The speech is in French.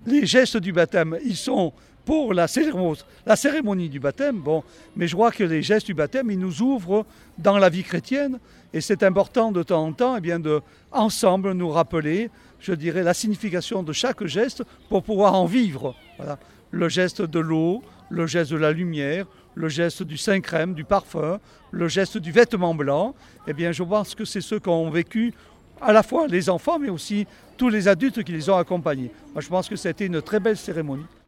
les gestes du baptême, ils sont pour la cérémonie du baptême, bon, mais je crois que les gestes du baptême, ils nous ouvrent dans la vie chrétienne, et c'est important de temps en temps, eh bien, de ensemble nous rappeler, je dirais, la signification de chaque geste pour pouvoir en vivre. Voilà. Le geste de l'eau, le geste de la lumière, le geste du Saint-Crème, du parfum, le geste du vêtement blanc, eh bien, je pense que c'est ceux qu'ont vécu à la fois les enfants, mais aussi tous les adultes qui les ont accompagnés. Moi, je pense que ça a été une très belle cérémonie.